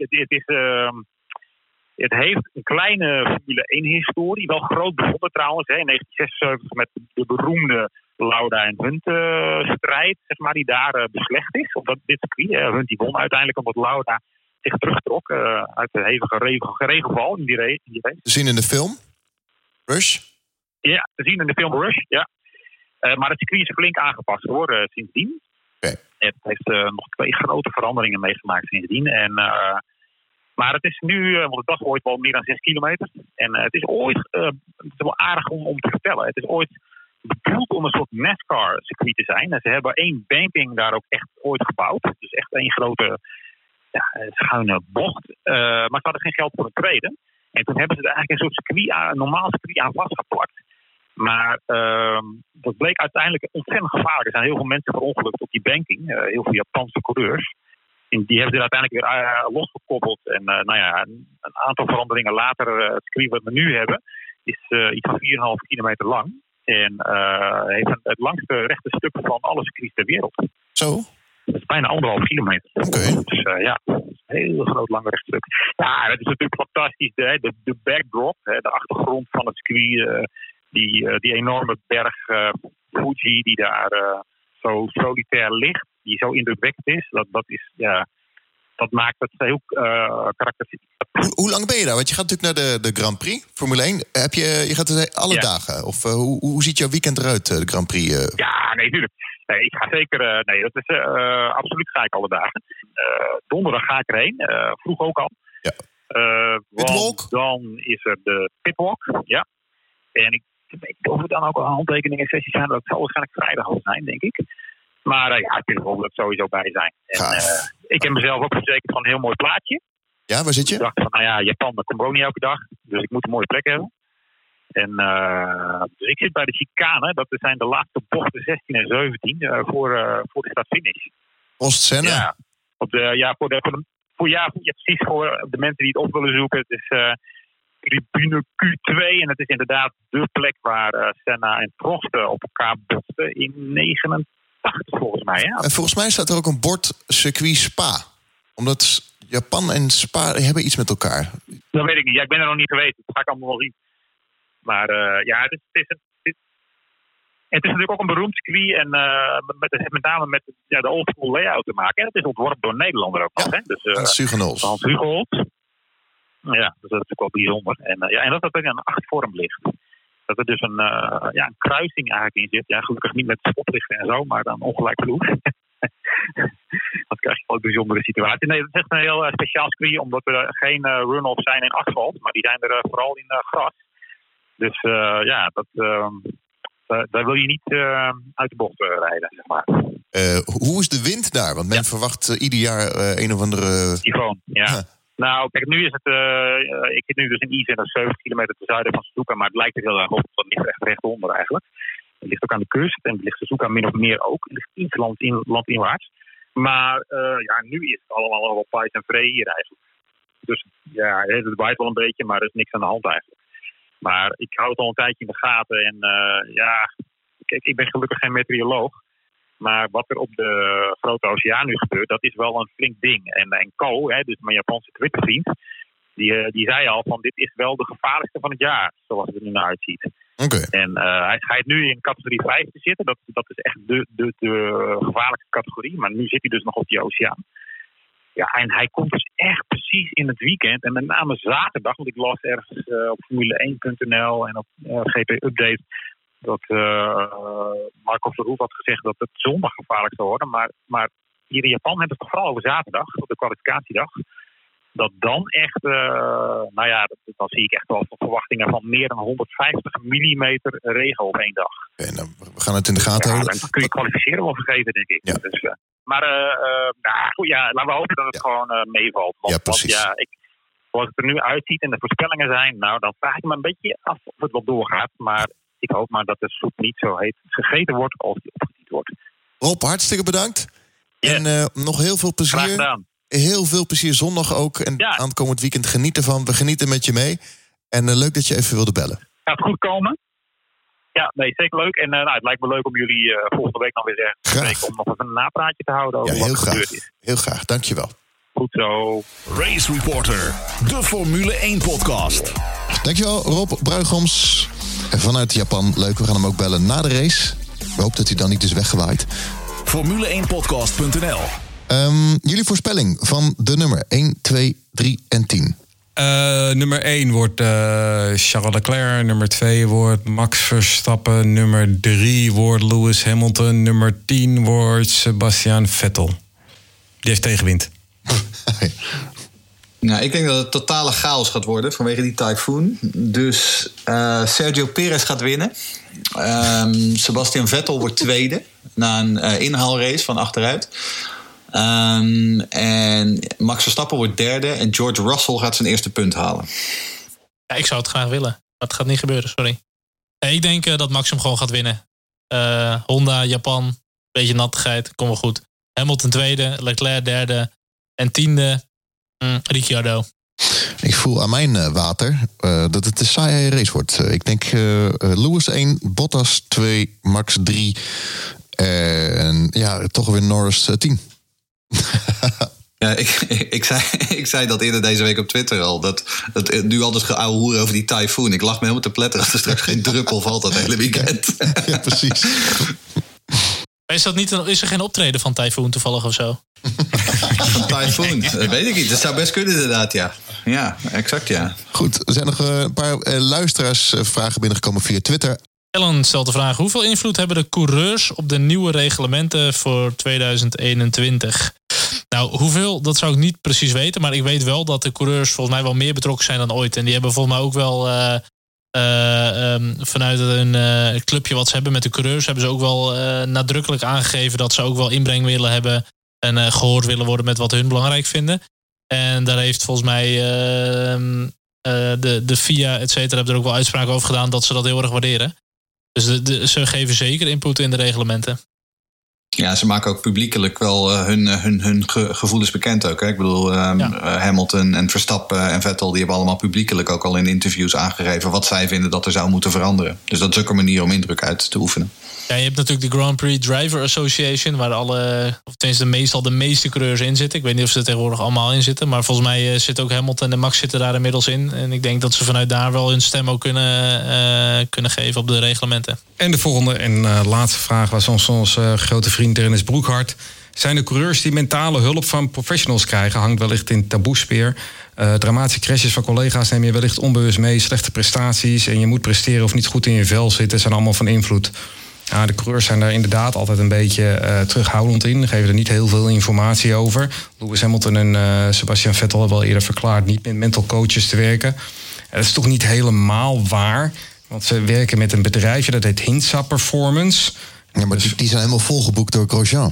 het heeft een kleine Formule 1-historie. Wel groot begonnen trouwens. In 1976 met de beroemde Lauda en Hunt strijd, zeg maar, die daar beslecht is. Op dit circuit. Hunt die won uiteindelijk omdat Lauda zich terugtrok uit de hevige regenval in die race. Te zien in de film? Rush? Ja, te zien in de film Rush, ja. Maar het circuit is flink aangepast hoor, sindsdien. Okay. Het heeft nog 2 grote veranderingen meegemaakt sindsdien. Maar het is nu, want het was ooit wel meer dan 6 kilometer. En het is ooit, het is wel aardig om te vertellen. Het is ooit bedoeld om een soort NASCAR-circuit te zijn. En ze hebben 1 banking daar ook echt ooit gebouwd. Dus echt 1 grote schuine bocht. Maar ze hadden geen geld voor een tweede. En toen hebben ze er eigenlijk een soort circuit, een normaal circuit aan vastgeplakt. Maar dat bleek uiteindelijk ontzettend gevaarlijk. Er zijn heel veel mensen verongelukt op die banking. Heel veel Japanse coureurs. En die hebben ze er uiteindelijk weer losgekoppeld. En een aantal veranderingen later, het circuit wat we nu hebben, is iets van 4,5 kilometer lang. En heeft het langste rechte stuk van alle circuits ter wereld. Zo? Dat is bijna 1,5 kilometer. Okay. Dus een heel groot lang rechtstuk. Ja, het is natuurlijk fantastisch. De backdrop, de achtergrond van het circuit. Die enorme berg Fuji die daar zo solitair ligt. Die zo indrukwekkend is. Dat maakt het heel karakteristiek. Hoe lang ben je daar? Want je gaat natuurlijk naar de Grand Prix, Formule 1. Je gaat er alle dagen? Of hoe ziet jouw weekend eruit, de Grand Prix? Ja, nee, natuurlijk. Nee, ik ga zeker... absoluut ga ik alle dagen. Donderdag ga ik erheen. Vroeg ook al. Ja. Want dan is er de pitwalk. Ja. En ik weet niet of er dan ook al handtekeningen sessies zijn. Dat zal waarschijnlijk vrijdag al zijn, denk ik. Maar ik wil er sowieso bij zijn. En, ik heb mezelf ook verzekerd van een heel mooi plaatje. Ja, waar zit je? Ik dacht van, Japan, dat komt ook niet elke dag. Dus ik moet een mooie plek hebben. En dus ik zit bij de chicane. Dat zijn de laatste bochten 16 en 17 voor de start-finish. Oost-Senna? Ja, precies voor de mensen die het op willen zoeken. Het is tribune Q2 en het is inderdaad de plek waar Senna en Prost op elkaar botsten in 89 volgens mij. Ja. En volgens mij staat er ook een bord circuit Spa. Omdat Japan en Spa hebben iets met elkaar. Dat weet ik niet. Ja, ik ben er nog niet geweest. Dat ga ik allemaal wel zien. Maar het is natuurlijk ook een beroemd circuit. En het heeft met name met de oldschool layout te maken. En het is ontworpen door een Nederlander ook nog. Dus, Hans Hugenholz. Hans Hugenholz. Ja, dus dat is natuurlijk wel bijzonder. En dat het in een 8-vorm ligt. Dat er dus een kruising eigenlijk in zit. Ja, gelukkig niet met stoplichten en zo, maar dan ongelijk vloer. Dat krijg je wel een bijzondere situatie. Nee, dat is echt een heel speciaal circuit, omdat er geen run-offs zijn in asfalt, maar die zijn er vooral in gras. Dus daar wil je niet uit de bocht rijden, zeg maar. Hoe is de wind daar? Want men verwacht ieder jaar een of andere... Tyfoon, ja. Nou, kijk, nu is het... ik zit nu dus in Ise, dat is 70 kilometer ten zuiden van Suzuka, maar het lijkt er heel erg op. Dat ligt echt rechtonder eigenlijk. Het ligt ook aan de kust en het ligt Suzuka min of meer ook. Het ligt iets landinwaarts. Maar nu is het allemaal wel pais en vree hier eigenlijk. Dus het waait wel een beetje, maar er is niks aan de hand eigenlijk. Maar ik hou het al een tijdje in de gaten. En kijk, ik ben gelukkig geen meteoroloog. Maar wat er op de Grote Oceaan nu gebeurt, dat is wel een flink ding. En Ko, dus mijn Japanse Twittervriend, die zei al van dit is wel de gevaarlijkste van het jaar, zoals het er nu naar uitziet. Okay. En hij schijnt nu in categorie 5 te zitten. Dat is echt de gevaarlijkste categorie. Maar nu zit hij dus nog op die oceaan. Ja, en hij komt dus echt precies in het weekend. En met name zaterdag, want ik las ergens op Formule1.nl en op GP Update dat Marco Verhoeven had gezegd dat het zondag gevaarlijk zou worden. Maar hier in Japan hebben we het vooral over zaterdag, op de kwalificatiedag. Dat dan echt, dan zie ik echt wel verwachtingen van meer dan 150 millimeter regen op 1 dag. En we gaan het in de gaten houden. Dan kun je kwalificeren wel vergeten, denk ik. Ja. Dus, laten we hopen dat het gewoon meevalt. Ja, precies. zoals het er nu uitziet en de voorspellingen zijn, nou, dan vraag ik me een beetje af of het wel doorgaat. Maar ik hoop maar dat de soep niet zo heet gegeten wordt als die opgediend wordt. Rob, hartstikke bedankt. Yes. En nog heel veel Graag plezier. gedaan. Heel veel plezier zondag ook. En Ja. aankomend weekend geniet ervan. We genieten met je mee. En leuk dat je even wilde bellen. Gaat het goed komen? Ja, nee, zeker leuk. En het lijkt me leuk om jullie volgende week nog weer te Graag. spreken om nog even een napraatje te houden over Ja, wat heel er graag. gebeurd is. Heel graag, dankjewel. Goed zo. Race Reporter, de Formule 1 podcast. Dankjewel Rob Bruigoms vanuit Japan. Leuk, we gaan hem ook bellen na de race. We hopen dat hij dan niet is weggewaaid. Formule1podcast.nl. Jullie voorspelling van de nummer 1, 2, 3 en 10. Nummer 1 wordt Charles Leclerc. Nummer 2 wordt Max Verstappen. Nummer 3 wordt Lewis Hamilton. Nummer 10 wordt Sebastian Vettel. Die heeft tegenwind. Nou, ik denk dat het totale chaos gaat worden vanwege die tyfoon. Dus Sergio Perez gaat winnen. Sebastian Vettel wordt tweede na een inhaalrace van achteruit. En Max Verstappen wordt derde. En George Russell gaat zijn eerste punt halen. Ja, ik zou het graag willen. Maar het gaat niet gebeuren, sorry. Ik denk dat Max hem gewoon gaat winnen. Honda, Japan, beetje nattigheid, komt wel goed. Hamilton tweede, Leclerc derde en tiende Ricciardo. Ik voel aan mijn water dat het een saaie race wordt. Ik denk Lewis 1, Bottas 2, Max 3 en ja, toch weer Norris 10. Ja, ik zei dat eerder deze week op Twitter al. Dat nu altijd geouwe hoeren over die tyfoon. Ik lag me helemaal te pletteren dat er straks geen druppel valt dat hele weekend. Ja, precies. Is er geen optreden van Typhoon toevallig of zo? Van tyfoon, dat weet ik niet. Dat zou best kunnen inderdaad, ja. Ja, exact ja. Goed, er zijn nog een paar luisteraarsvragen binnengekomen via Twitter. Ellen stelt de vraag: hoeveel invloed hebben de coureurs op de nieuwe reglementen voor 2021? Nou, hoeveel, dat zou ik niet precies weten. Maar ik weet wel dat de coureurs volgens mij wel meer betrokken zijn dan ooit. En die hebben volgens mij ook wel vanuit een clubje wat ze hebben met de coureurs, hebben ze ook wel nadrukkelijk aangegeven dat ze ook wel inbreng willen hebben en gehoord willen worden met wat hun belangrijk vinden. En daar heeft volgens mij de FIA, et cetera, hebben er ook wel uitspraken over gedaan dat ze dat heel erg waarderen. Dus ze geven zeker input in de reglementen. Ja, ze maken ook publiekelijk wel hun gevoelens bekend ook. Hè? Ik bedoel, Hamilton en Verstappen en Vettel, die hebben allemaal publiekelijk ook al in interviews aangegeven wat zij vinden dat er zou moeten veranderen. Dus dat is ook een manier om indruk uit te oefenen. Ja, je hebt natuurlijk de Grand Prix Driver Association, waar of tenminste meestal de meeste coureurs in zitten. Ik weet niet of ze er tegenwoordig allemaal in zitten, maar volgens mij zit ook Hamilton en Max zitten daar inmiddels in. En ik denk dat ze vanuit daar wel hun stem ook kunnen geven op de reglementen. En de volgende en laatste vraag was onze grote vriend Dennis Broekhart. Zijn de coureurs die mentale hulp van professionals krijgen, hangt wellicht in taboespeer. Dramatische crashes van collega's neem je wellicht onbewust mee. Slechte prestaties en je moet presteren of niet goed in je vel zitten, zijn allemaal van invloed. Ja, de coureurs zijn daar inderdaad altijd een beetje terughoudend in. Geven er niet heel veel informatie over. Lewis Hamilton en Sebastian Vettel hebben wel eerder verklaard niet met mental coaches te werken. Dat is toch niet helemaal waar. Want ze werken met een bedrijfje dat heet Hinsa Performance. Ja, maar die zijn helemaal volgeboekt door Grosjean.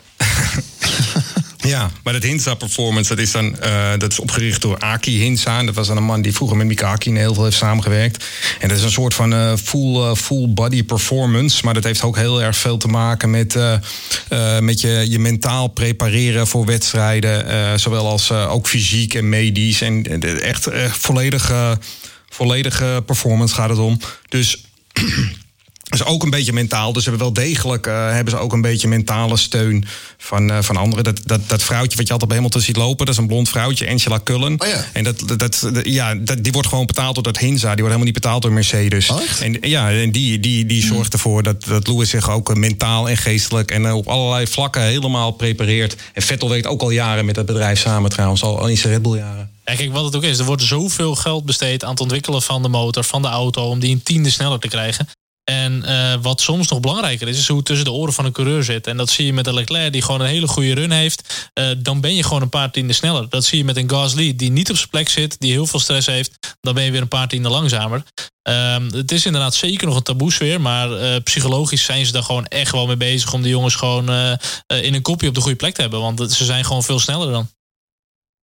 Ja, maar dat Hinsa Performance, dat is opgericht door Aki Hinsa. En dat was dan een man die vroeger met Mika Hakkinen heel veel heeft samengewerkt. En dat is een soort van full body performance. Maar dat heeft ook heel erg veel te maken met je mentaal prepareren voor wedstrijden. Zowel als ook fysiek en medisch. En echt volledige performance gaat het om. Dus dat is ook een beetje mentaal. Dus hebben wel degelijk hebben ze ook een beetje mentale steun van anderen. Dat vrouwtje wat je altijd bij Hamilton ziet lopen, dat is een blond vrouwtje, Angela Cullen. Oh ja. En die wordt gewoon betaald door dat Hinsa. Die wordt helemaal niet betaald door Mercedes. Oh, echt? En die zorgt ervoor dat Lewis zich ook mentaal en geestelijk en op allerlei vlakken helemaal prepareert. En Vettel werkt ook al jaren met dat bedrijf samen trouwens, al in zijn Red Bull jaren. Ja, kijk, wat het ook is, er wordt zoveel geld besteed aan het ontwikkelen van de motor, van de auto, om die een tiende sneller te krijgen. En wat soms nog belangrijker is hoe het tussen de oren van een coureur zit. En dat zie je met een Leclerc die gewoon een hele goede run heeft. Dan ben je gewoon een paar tienden sneller. Dat zie je met een Gasly die niet op zijn plek zit, die heel veel stress heeft. Dan ben je weer een paar tienden langzamer. Het is inderdaad zeker nog een taboesfeer, maar psychologisch zijn ze daar gewoon echt wel mee bezig om de jongens gewoon in een kopje op de goede plek te hebben. Want ze zijn gewoon veel sneller dan.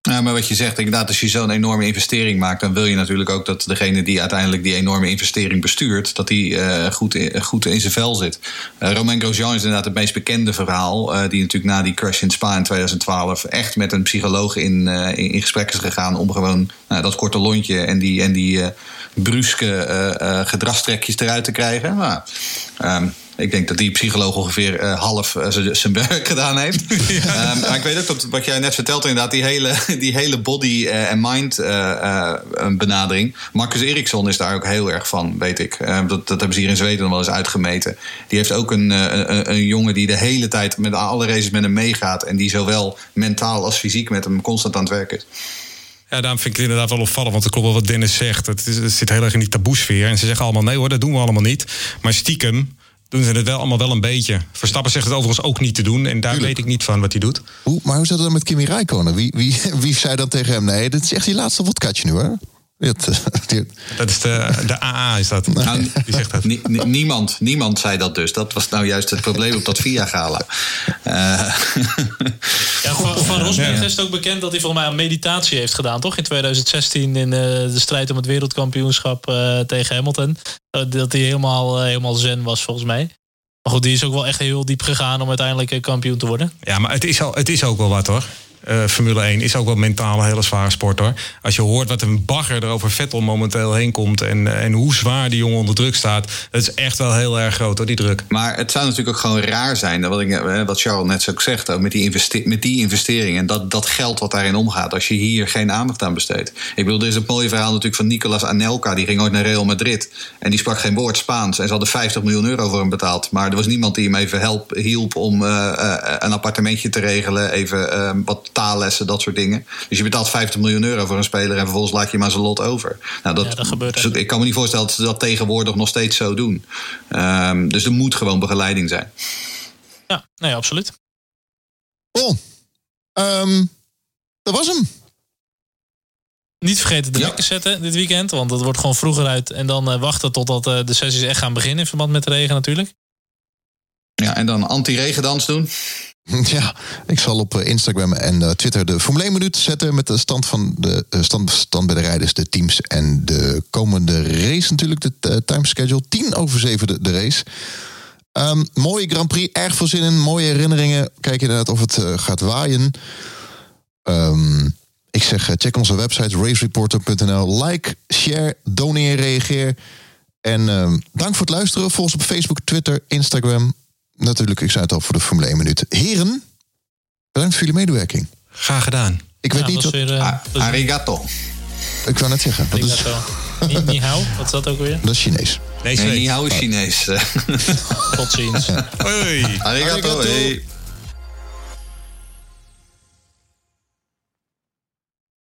Ja, maar wat je zegt, inderdaad, als je zo'n enorme investering maakt, dan wil je natuurlijk ook dat degene die uiteindelijk die enorme investering bestuurt, dat die goed in zijn vel zit. Romain Grosjean is inderdaad het meest bekende verhaal, die natuurlijk na die crash in Spa in 2012 echt met een psycholoog in gesprek is gegaan om gewoon dat korte lontje en die bruske gedragstrekjes eruit te krijgen. Ik denk dat die psycholoog ongeveer half zijn werk gedaan heeft. Ja. Maar ik weet ook dat wat jij net vertelt, inderdaad, die hele body en mind benadering. Marcus Ericsson is daar ook heel erg van, weet ik. Dat hebben ze hier in Zweden nog wel eens uitgemeten. Die heeft ook een jongen die de hele tijd met alle races met hem meegaat. En die zowel mentaal als fysiek met hem constant aan het werk is. Ja, daarom vind ik het inderdaad wel opvallend. Want het klopt wel wat Dennis zegt. Het zit heel erg in die taboesfeer. En ze zeggen allemaal, nee hoor, dat doen we allemaal niet. Maar stiekem doen ze het wel allemaal wel een beetje. Verstappen zegt het overigens ook niet te doen. En daar weet ik niet van wat hij doet. Maar hoe zat het dan met Kimi Räikkönen? Wie zei dan tegen hem, nee, dit is echt die laatste vodkatje nu, hoor? Dat is de AA, is dat. Nou, die zegt dat. Niemand zei dat dus. Dat was nou juist het probleem op dat VIA-gala. Van Rosberg is het ook bekend dat hij volgens mij een meditatie heeft gedaan, toch? In 2016 in de strijd om het wereldkampioenschap tegen Hamilton. Dat hij helemaal zen was, volgens mij. Maar goed, die is ook wel echt heel diep gegaan om uiteindelijk kampioen te worden. Ja, maar het is ook wel wat, hoor. Formule 1 is ook wel mentaal een hele zware sport, hoor. Als je hoort wat een bagger er over Vettel momenteel heen komt en hoe zwaar die jongen onder druk staat, dat is echt wel heel erg groot, hoor, die druk. Maar het zou natuurlijk ook gewoon raar zijn, wat Charles net zo zegt, ook met die investering en dat geld wat daarin omgaat, als je hier geen aandacht aan besteedt. Ik bedoel, er is een mooi verhaal natuurlijk van Nicolas Anelka, die ging ooit naar Real Madrid en die sprak geen woord Spaans en ze hadden €50 miljoen voor hem betaald. Maar er was niemand die hem even hielp om een appartementje te regelen, even wat taallessen, dat soort dingen. Dus je betaalt €50 miljoen voor een speler en vervolgens laat je hem aan zijn lot over. Nou, dat gebeurt. Dus ik kan me niet voorstellen dat ze dat tegenwoordig nog steeds zo doen. Dus er moet gewoon begeleiding zijn. Ja, nee, absoluut. Dat was hem. Niet vergeten de wekker zetten dit weekend, want dat wordt gewoon vroeger uit. En dan wachten totdat de sessies echt gaan beginnen in verband met de regen natuurlijk. Ja, en dan anti-regendans doen. Ja, ik zal op Instagram en Twitter de Formule 1 minuut zetten met de stand van de stand bij de rijders, de teams en de komende race natuurlijk, de timeschedule. 6:10 de race. Mooie Grand Prix, erg veel zin in, mooie herinneringen. Kijk inderdaad of het gaat waaien. Ik zeg, check onze website racereporter.nl. Like, share, doneer, reageer. En dank voor het luisteren. Volg ons op Facebook, Twitter, Instagram. Natuurlijk, ik zei het al voor de Formule 1 minuut. Heren, bedankt voor jullie medewerking. Graag gedaan. Ik weet niet wat... Arigato. Ik wou net zeggen. Wat is... Ni hao, wat is dat ook weer? Dat is Chinees. Nee, ni hao is Chinees. Tot ziens. Hoi. Arigato. Hey.